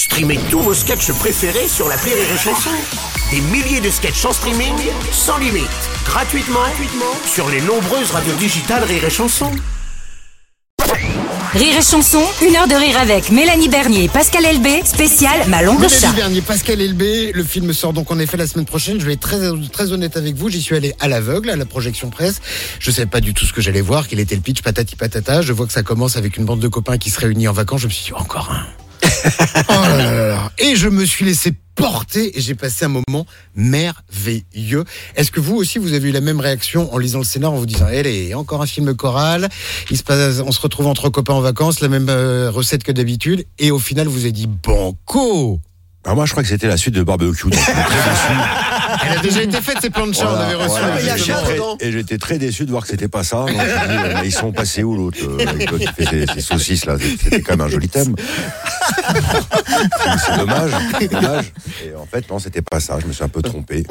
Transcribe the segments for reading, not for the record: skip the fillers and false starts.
Streamez tous vos sketchs préférés sur l'appli Rire et Chanson. Des milliers de sketchs en streaming, sans limite, gratuitement sur les nombreuses radios digitales Rire et Chanson. Rire et Chanson, 1 heure de rire avec Mélanie Bernier et Pascal Elbé, spécial Ma Longue Chat. Mélanie Bernier, Pascal Elbé, le film sort donc en effet la semaine prochaine. Je vais être très honnête avec vous, j'y suis allé à l'aveugle, à la projection presse. Je savais pas du tout ce que j'allais voir, quel était le pitch, patati patata. Je vois que ça commence avec une bande de copains qui se réunit en vacances. Je me suis dit, encore un. Oh là là là là. Et je me suis laissé porter et j'ai passé un moment merveilleux. Est-ce que vous aussi vous avez eu la même réaction en lisant le scénar, en vous disant allez, encore un film choral, on se retrouve entre copains en vacances, la même recette que d'habitude, et au final vous avez dit banco? Alors moi je crois que c'était la suite de Barbecue, donc très déçu. Elle a déjà été faite, ces plans de chat, on avait reçu. Et j'étais très déçu de voir que c'était pas ça. Donc je me dis, mais ils sont passés où l'autre qui fait ces saucisses là? C'était quand même un joli thème. C'est dommage. Et en fait non, c'était pas ça. Je me suis un peu trompé.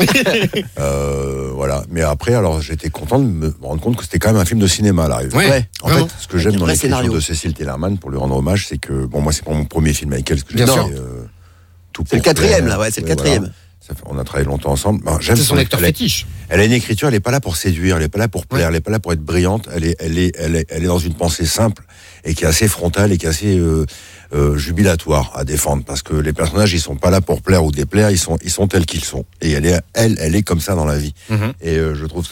Voilà. Mais après, alors j'étais content de me rendre compte que c'était quand même un film de cinéma là. Ouais. En fait, ce que j'aime dans l'écriture de Cécile Tellerman, pour lui rendre hommage, c'est que bon, moi c'est pas mon premier film avec elle, ce que j'ai c'est le quatrième, là, c'est le quatrième. On a travaillé longtemps ensemble. C'est son acteur fétiche. Elle a une écriture, elle n'est pas là pour séduire, elle n'est pas là pour plaire, elle n'est pas là pour être brillante, elle est dans une pensée simple et qui est assez frontale et qui est assez jubilatoire à défendre, parce que les personnages, ils sont pas là pour plaire ou déplaire, ils sont tels qu'ils sont. Et elle est comme ça dans la vie. Et je trouve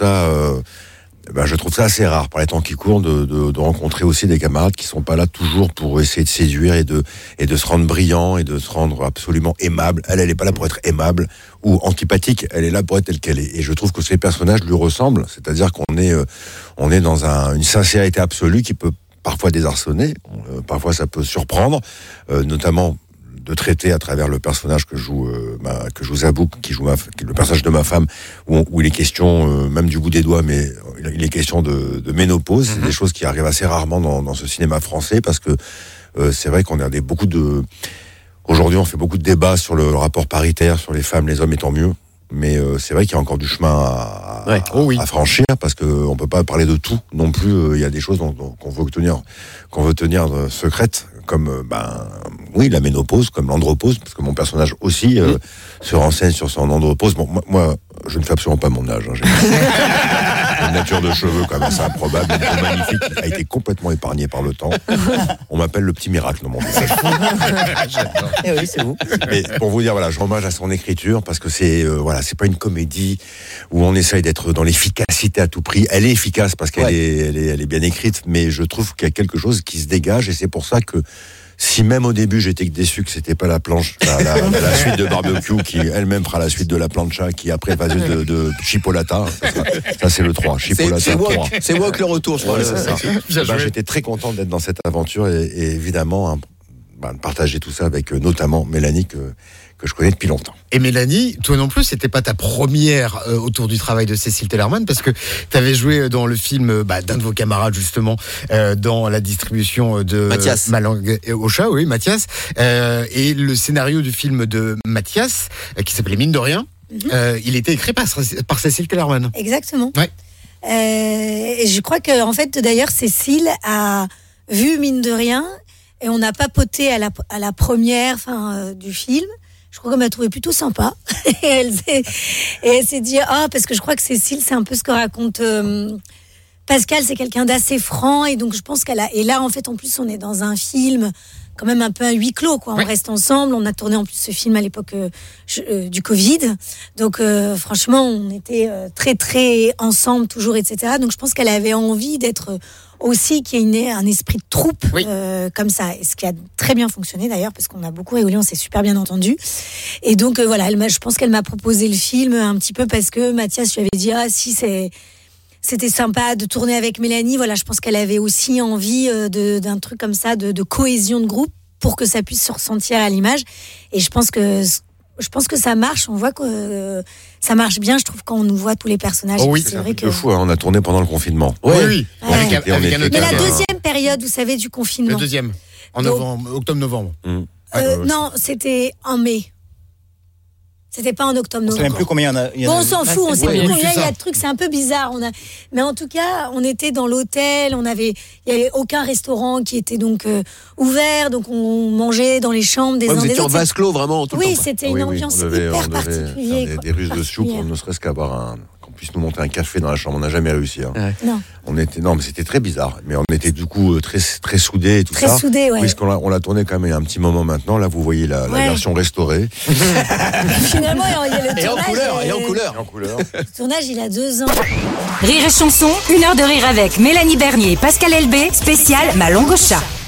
ça assez rare, par les temps qui courent, de rencontrer aussi des camarades qui sont pas là toujours pour essayer de séduire et de se rendre brillant et de se rendre absolument aimable. Elle est pas là pour être aimable ou antipathique, elle est là pour être telle qu'elle est. Et je trouve que ces personnages lui ressemblent, c'est-à-dire qu'on est dans une sincérité absolue qui peut parfois désarçonner, parfois ça peut surprendre, notamment de traiter à travers le personnage que joue Zabouk, qui joue le personnage de ma femme, où il est question même du bout des doigts, mais il est question de ménopause. C'est des choses qui arrivent assez rarement dans ce cinéma français, parce que c'est vrai qu'on a aujourd'hui on fait beaucoup de débats sur le rapport paritaire, sur les femmes, les hommes étant mieux. Mais c'est vrai qu'il y a encore du chemin à franchir, parce qu'on peut pas parler de tout non plus. Il y a des choses qu'on veut tenir secrètes, comme la ménopause, comme l'andropause, parce que mon personnage aussi se renseigne sur son andropause. Bon, moi, je ne fais absolument pas mon âge. J'ai une nature de cheveux quand même assez improbable, une peau magnifique, qui a été complètement épargnée par le temps. On m'appelle le petit miracle dans mon visage. Eh oui, c'est vous. Mais pour vous dire, voilà, je rends hommage à son écriture, parce que c'est pas une comédie où on essaye d'être dans l'efficacité à tout prix. Elle est efficace parce qu'elle est bien écrite, mais je trouve qu'il y a quelque chose qui se dégage, et c'est pour ça que si même au début j'étais déçu que c'était pas la la suite de Barbecue, qui elle-même fera la suite de la plancha, qui après va de Chipolata, ça c'est le 3, Chipolata 3. C'est Wok le retour, je crois. C'est ça. J'étais très content d'être dans cette aventure et évidemment de partager tout ça avec notamment Mélanie que je connais depuis longtemps. Et Mélanie, toi non plus, c'était pas ta première autour du travail de Cécile Tellerman, parce que tu avais joué dans le film d'un de vos camarades, justement, dans la distribution de Mathias. Ma Langue au Chat, oui, Mathias. Et le scénario du film de Mathias, qui s'appelait Mine de Rien, il était écrit par Cécile Tellerman. Exactement. Ouais. Et je crois que, en fait, d'ailleurs, Cécile a vu Mine de Rien, et on a papoté à la première du film. Je crois qu'elle m'a trouvé plutôt sympa. et elle s'est dit, parce que je crois que Cécile, c'est un peu ce que raconte Pascal, c'est quelqu'un d'assez franc, et donc je pense et là, en fait, en plus, on est dans un film quand même un peu un huis clos, quoi. On reste ensemble. On a tourné en plus ce film à l'époque du Covid. Donc, franchement, on était très, très ensemble, toujours, etc. Donc, je pense qu'elle avait envie d'être aussi, qu'il y ait un esprit de troupe comme ça. Et ce qui a très bien fonctionné, d'ailleurs, parce qu'on a beaucoup rigolé, on s'est super bien entendu. Et donc, je pense qu'elle m'a proposé le film un petit peu parce que Mathias lui avait dit, si, c'était sympa de tourner avec Mélanie. Voilà, je pense qu'elle avait aussi envie d'un truc comme ça, de cohésion de groupe, pour que ça puisse se ressentir à l'image. Et je pense que ça marche. On voit que ça marche bien, je trouve, quand on nous voit tous les personnages. Oh oui, c'est vrai que fou, hein, on a tourné pendant le confinement. Oui. Mais la deuxième période, vous savez, du confinement. Le deuxième, octobre-novembre. Non, c'était en mai. C'était pas en octobre. On sait même plus combien il y en a. Bon, on s'en fout, on sait plus oui, combien c'est il y a ça. de trucs, c'est un peu bizarre. Mais en tout cas, on était dans l'hôtel, il y avait aucun restaurant qui était donc ouvert, donc on mangeait dans les chambres des Ouais, uns vous des étiez en autres. vase clos vraiment tout le Oui, temps. c'était Ah une oui, ambiance on devait hyper faire particulière. des ruses de soupe, ne serait-ce qu'avoir qu'on puisse nous monter un café dans la chambre. On n'a jamais réussi. Hein. Ouais. Non. Non, mais c'était très bizarre. Mais on était du coup très très soudés et tout Très ça. soudés, ouais. Puisqu'on on l'a tourné quand même il y a un petit moment maintenant. Là, vous voyez la Ouais. version restaurée Finalement, il y a le Et en tournage. couleur, et en couleur. en couleur. Le tournage, il a 2 ans. Rire et chanson, 1 heure de rire avec Mélanie Bernier et Pascal Elbé, spécial Ma longue au chat.